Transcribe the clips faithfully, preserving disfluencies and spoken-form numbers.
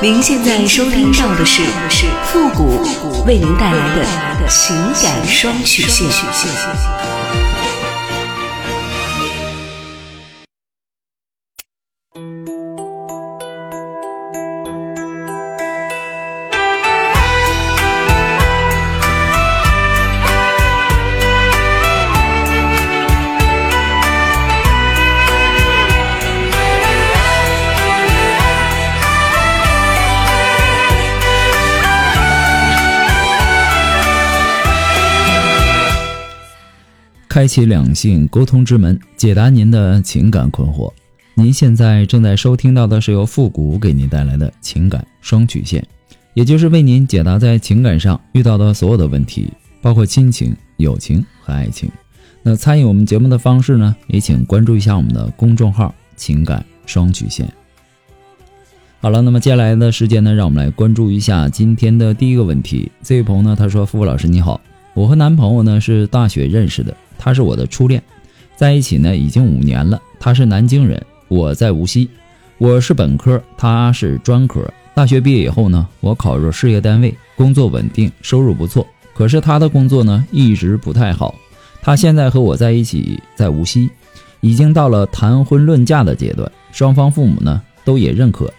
您现在收听到的是复古为您带来的情感双曲线。 开启两性沟通之门，解答您的情感困惑。您现在正在收听到的是由复古给您带来的情感双曲线，也就是为您解答在情感上遇到的所有的问题，包括亲情、友情和爱情。那参与我们节目的方式呢，也请关注一下我们的公众号情感双曲线。好了，那么接下来的时间呢，让我们来关注一下今天的第一个问题。这位朋友呢，他说：复古老师你好，我和男朋友呢是大学认识的，他是我的初恋，在一起呢已经五年了。他是南京人，我在无锡，我是本科，他是专科。大学毕业以后呢，我考入事业单位，工作稳定，收入不错。可是他的工作呢一直不太好。他现在和我在一起，在无锡，已经到了谈婚论嫁的阶段，双方父母呢都也认可。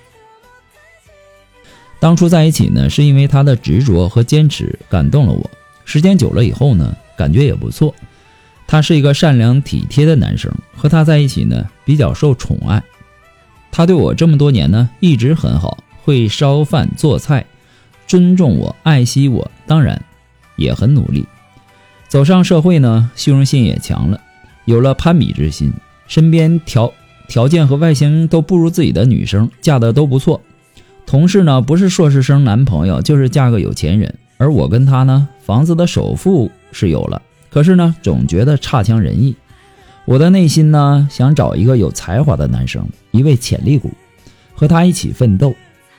当初在一起呢，是因为他的执着和坚持感动了我。时间久了以后呢，感觉也不错。他是一个善良体贴的男生，和他在一起呢比较受宠爱。他对我这么多年呢一直很好，会烧饭做菜，尊重我，爱惜我，当然也很努力。走上社会呢，虚荣心也强了，有了攀比之心，身边条条件和外形都不如自己的女生嫁的都不错。同事呢不是硕士生男朋友，就是嫁个有钱人。而我跟他呢，房子的首付是有了，可是呢总觉得差强人意。我的内心呢想找一个有才华的男生，一位潜力股，和他一起奋斗，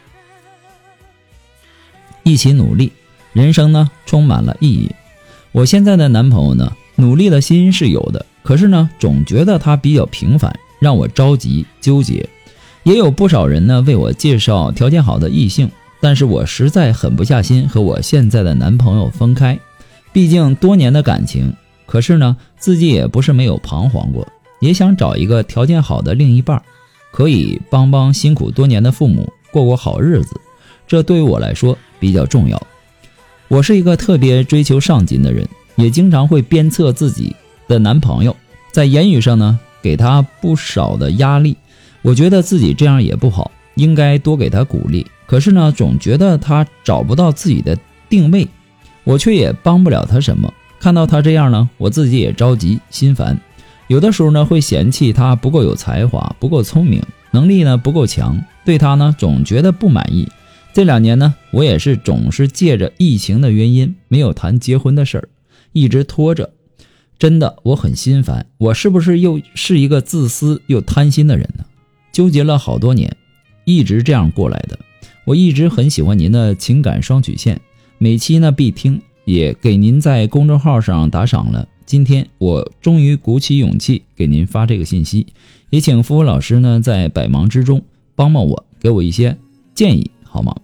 一起努力，人生呢充满了意义。我现在的男朋友呢，努力的心是有的，可是呢总觉得他比较平凡，让我着急纠结。也有不少人呢为我介绍条件好的异性，但是我实在狠不下心和我现在的男朋友分开，毕竟多年的感情。可是呢自己也不是没有彷徨过，也想找一个条件好的另一半，可以帮帮辛苦多年的父母，过过好日子，这对于我来说比较重要。我是一个特别追求上进的人，也经常会鞭策自己的男朋友，在言语上呢给他不少的压力。我觉得自己这样也不好，应该多给他鼓励。可是呢总觉得他找不到自己的定位，我却也帮不了他什么。看到他这样呢，我自己也着急心烦。有的时候呢会嫌弃他不够有才华，不够聪明，能力呢不够强，对他呢总觉得不满意。这两年呢我也是总是借着疫情的原因没有谈结婚的事儿，一直拖着。真的我很心烦，我是不是又是一个自私又贪心的人呢？纠结了好多年，一直这样过来的。我一直很喜欢您的情感双曲线，每期呢必听，也给您在公众号上打赏了。今天我终于鼓起勇气给您发这个信息，也请付老师呢在百忙之中帮帮我，给我一些建议好吗？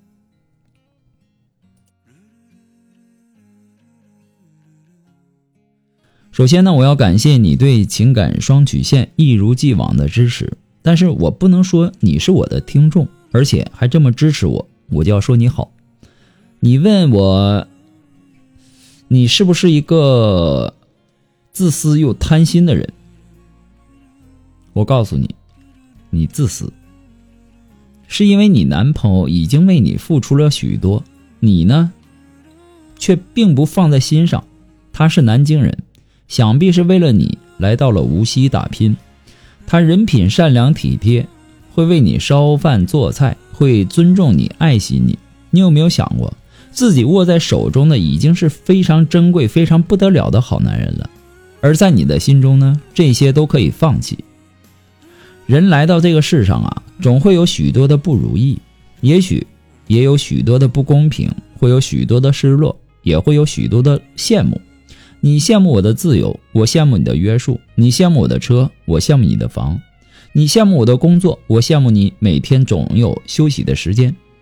首先呢，我要感谢你对情感双曲线一如既往的支持，但是我不能说你是我的听众，而且还这么支持我，我就要说你好。你问我你是不是一个自私又贪心的人，我告诉你，你自私，是因为你男朋友已经为你付出了许多，你呢却并不放在心上。他是南京人，想必是为了你来到了无锡打拼。他人品善良体贴，会为你烧饭做菜，会尊重你爱惜你。你有没有想过，自己握在手中的已经是非常珍贵非常不得了的好男人了，而在你的心中呢，这些都可以放弃。人来到这个世上啊，总会有许多的不如意，也许也有许多的不公平，会有许多的失落，也会有许多的羡慕。你羡慕我的自由，我羡慕你的约束；你羡慕我的车，我羡慕你的房；你羡慕我的工作，我羡慕你每天总有休息的时间。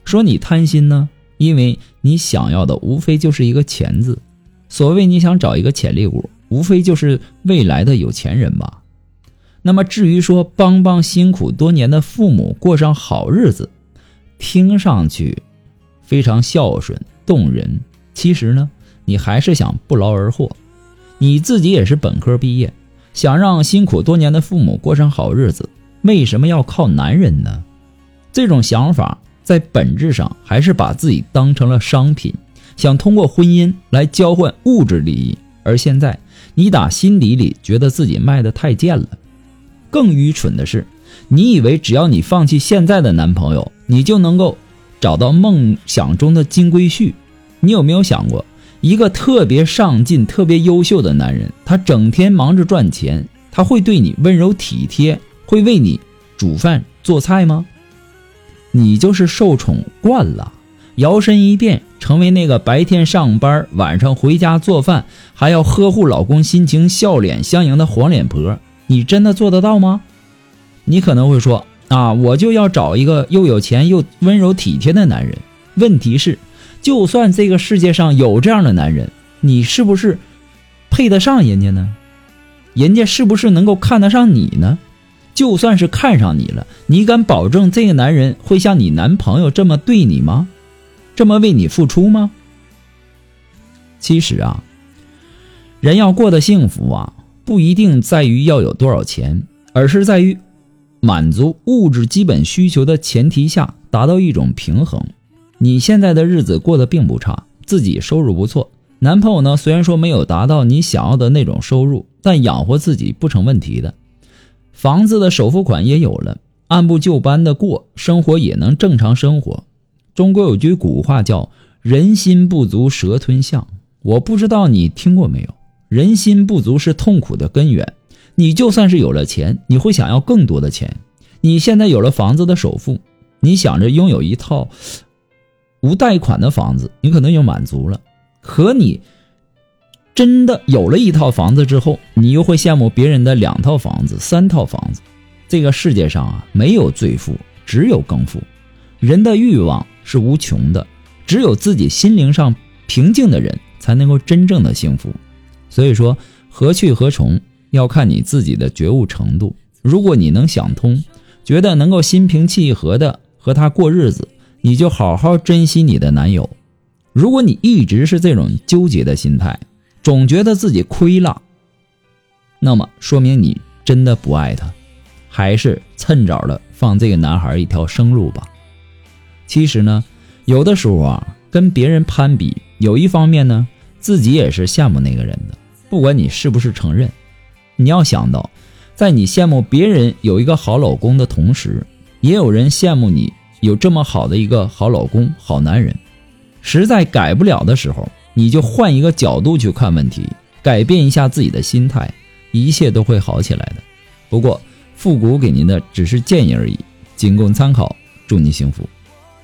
说你贪心呢，因为你想要的无非就是一个钱字。所谓你想找一个潜力股，无非就是未来的有钱人吧。那么至于说帮帮辛苦多年的父母过上好日子，听上去非常孝顺动人，其实呢你还是想不劳而获。你自己也是本科毕业，想让辛苦多年的父母过上好日子，为什么要靠男人呢？这种想法在本质上还是把自己当成了商品，想通过婚姻来交换物质利益，而现在你打心底里觉得自己卖得太贱了。更愚蠢的是，你以为只要你放弃现在的男朋友，你就能够找到梦想中的金龟婿。你有没有想过，一个特别上进特别优秀的男人，他整天忙着赚钱，他会对你温柔体贴，会为你煮饭做菜吗？你就是受宠惯了，摇身一变成为那个白天上班晚上回家做饭还要呵护老公心情笑脸相迎的黄脸婆，你真的做得到吗？你可能会说啊，我就要找一个又有钱又温柔体贴的男人。问题是，就算这个世界上有这样的男人，你是不是配得上人家呢？人家是不是能够看得上你呢？就算是看上你了，你敢保证这个男人会像你男朋友这么对你吗？这么为你付出吗？其实啊，人要过得幸福啊，不一定在于要有多少钱，而是在于满足物质基本需求的前提下达到一种平衡。你现在的日子过得并不差，自己收入不错，男朋友呢虽然说没有达到你想要的那种收入，但养活自己不成问题的。房子的首付款也有了，按部就班的过，生活也能正常生活。中国有句古话叫人心不足蛇吞象，我不知道你听过没有。人心不足是痛苦的根源，你就算是有了钱，你会想要更多的钱。你现在有了房子的首付，你想着拥有一套无贷款的房子，你可能就满足了。可你真的有了一套房子之后，你又会羡慕别人的两套房子三套房子。这个世界上啊，没有最富，只有更富。人的欲望是无穷的，只有自己心灵上平静的人才能够真正的幸福。所以说何去何从要看你自己的觉悟程度。如果你能想通，觉得能够心平气和的和他过日子，你就好好珍惜你的男友。如果你一直是这种纠结的心态，总觉得自己亏了，那么说明你真的不爱他，还是趁早的放这个男孩一条生路吧。其实呢，有的时候啊，跟别人攀比，有一方面呢，自己也是羡慕那个人的，不管你是不是承认。你要想到，在你羡慕别人有一个好老公的同时，也有人羡慕你有这么好的一个好老公好男人。实在改不了的时候，你就换一个角度去看问题，改变一下自己的心态，一切都会好起来的。不过复古给您的只是建议而已，仅供参考，祝你幸福。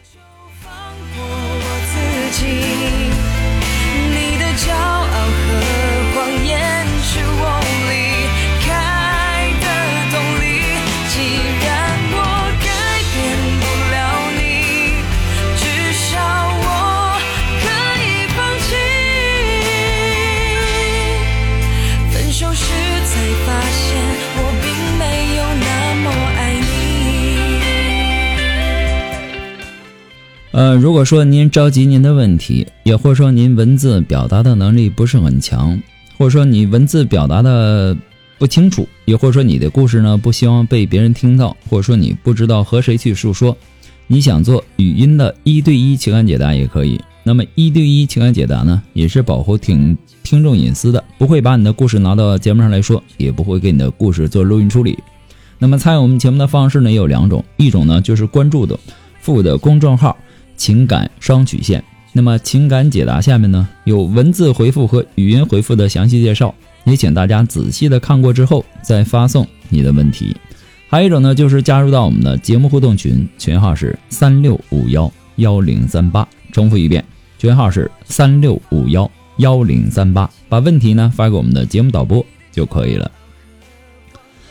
呃，如果说您着急您的问题，也或者说您文字表达的能力不是很强，或者说你文字表达的不清楚，也或者说你的故事呢不希望被别人听到，或者说你不知道和谁去诉说，你想做语音的一对一情感解答也可以。那么一对一情感解答呢，也是保护听听众隐私的，不会把你的故事拿到节目上来说，也不会给你的故事做录音处理。那么参与我们节目的方式呢也有两种，一种呢就是关注的附的公众号情感双曲线，那么情感解答下面呢有文字回复和语音回复的详细介绍，也请大家仔细的看过之后再发送你的问题。还有一种呢就是加入到我们的节目互动群，群号是三六五一一零三八，重复一遍，群号是三六五一一零三八，把问题呢发给我们的节目导播就可以了。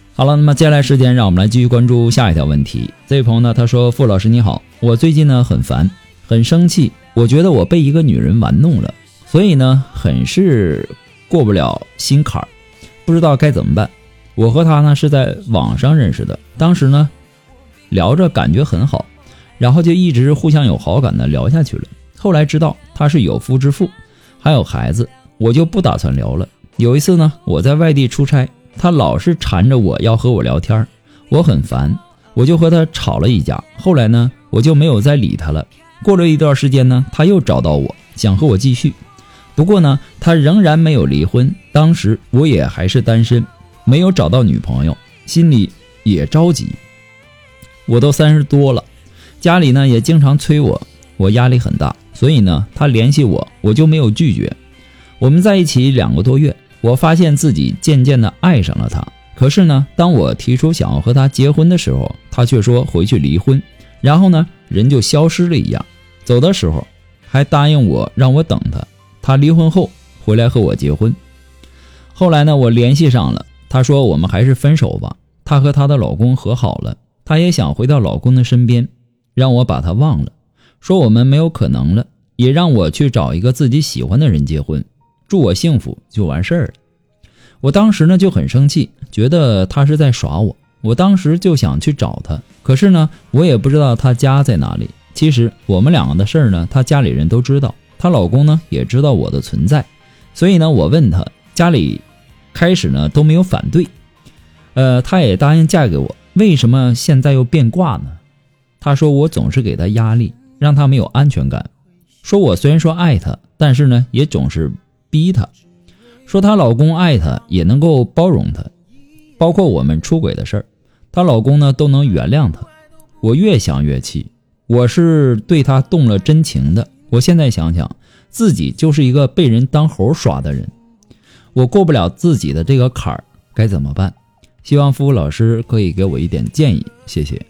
好了，那么接下来时间让我们来继续关注下一条问题。这位朋友呢，他说：傅老师你好，我最近呢很烦很生气，我觉得我被一个女人玩弄了，所以呢很是过不了心坎儿，不知道该怎么办。我和她呢是在网上认识的，当时呢聊着感觉很好，然后就一直互相有好感的聊下去了。后来知道她是有夫之妇，还有孩子，我就不打算聊了。有一次呢，我在外地出差，她老是缠着我要和我聊天，我很烦，我就和她吵了一架。后来呢，我就没有再理她了。过了一段时间呢，她又找到我，想和我继续。不过呢，她仍然没有离婚。当时我也还是单身，没有找到女朋友，心里也着急。我都三十多了，家里呢也经常催我，我压力很大，所以呢，她联系我，我就没有拒绝。我们在一起两个多月，我发现自己渐渐的爱上了她。可是呢，当我提出想要和她结婚的时候，她却说回去离婚，然后呢，人就消失了一样。走的时候还答应我让我等她，她离婚后回来和我结婚。后来呢，我联系上了，她说我们还是分手吧。她和她的老公和好了，她也想回到老公的身边，让我把她忘了，说我们没有可能了，也让我去找一个自己喜欢的人结婚，祝我幸福就完事儿了。我当时呢就很生气，觉得她是在耍我。我当时就想去找她，可是呢我也不知道她家在哪里。其实我们两个的事儿呢，她家里人都知道，她老公呢也知道我的存在。所以呢我问她，家里开始呢都没有反对，呃，她也答应嫁给我，为什么现在又变卦呢？她说我总是给她压力，让她没有安全感，说我虽然说爱她，但是呢也总是逼她，说她老公爱她也能够包容她，包括我们出轨的事儿，她老公呢都能原谅她。我越想越气，我是对她动了真情的。我现在想想，自己就是一个被人当猴耍的人，我过不了自己的这个坎儿，该怎么办？希望付老师可以给我一点建议，谢谢。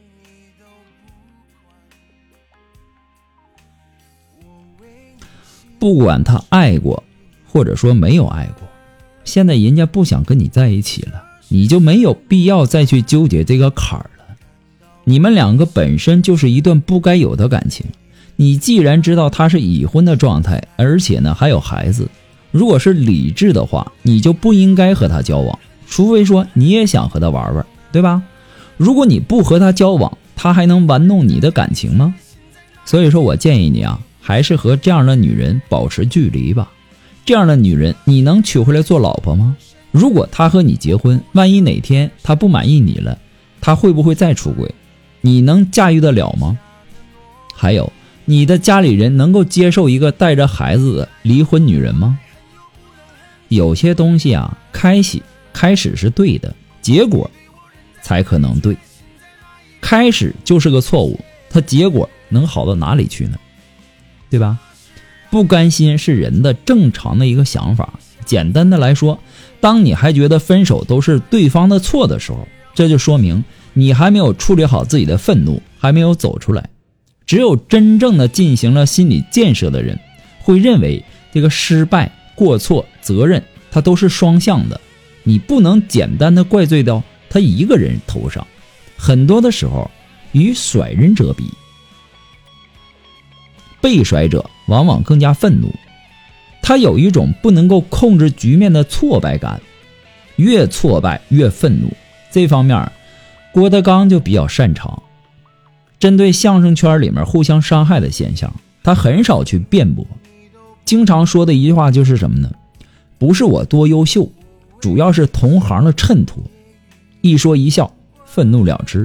不管他爱过或者说没有爱过，现在人家不想跟你在一起了，你就没有必要再去纠结这个坎儿了。你们两个本身就是一段不该有的感情，你既然知道他是已婚的状态，而且呢还有孩子，如果是理智的话，你就不应该和他交往，除非说你也想和他玩玩，对吧？如果你不和他交往，他还能玩弄你的感情吗？所以说我建议你啊，还是和这样的女人保持距离吧。这样的女人你能娶回来做老婆吗？如果她和你结婚，万一哪天她不满意你了，她会不会再出轨？你能驾驭得了吗？还有，你的家里人能够接受一个带着孩子的离婚女人吗？有些东西啊，开始开始是对的，结果才可能对。开始就是个错误，它结果能好到哪里去呢？对吧？不甘心是人的正常的一个想法。简单的来说，当你还觉得分手都是对方的错的时候，这就说明你还没有处理好自己的愤怒，还没有走出来。只有真正的进行了心理建设的人，会认为这个失败、过错、责任它都是双向的，你不能简单的怪罪到他一个人头上。很多的时候，与甩人者比，被甩者往往更加愤怒，他有一种不能够控制局面的挫败感，越挫败越愤怒。这方面郭德纲就比较擅长。针对相声圈里面互相伤害的现象，他很少去辩驳，经常说的一句话就是什么呢？不是我多优秀，主要是同行的衬托。一说一笑，愤怒了之。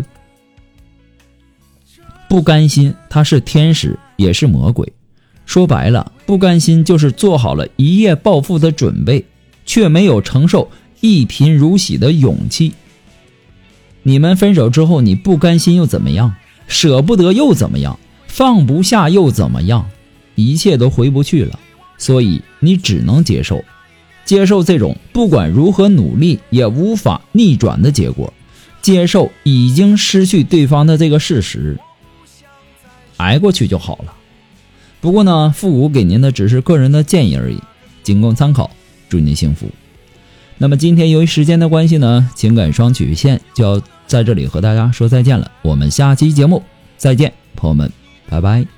不甘心，他是天使也是魔鬼。说白了，不甘心就是做好了一夜暴富的准备，却没有承受一贫如洗的勇气。你们分手之后，你不甘心又怎么样？舍不得又怎么样？放不下又怎么样？一切都回不去了，所以你只能接受接受这种不管如何努力也无法逆转的结果，接受已经失去对方的这个事实，挨过去就好了。不过呢，复古给您的只是个人的建议而已，仅供参考，祝您幸福。 那么今天由于时间的关系呢，情感双曲线就要在这里和大家说再见了，我们下期节目再见，朋友们，拜拜。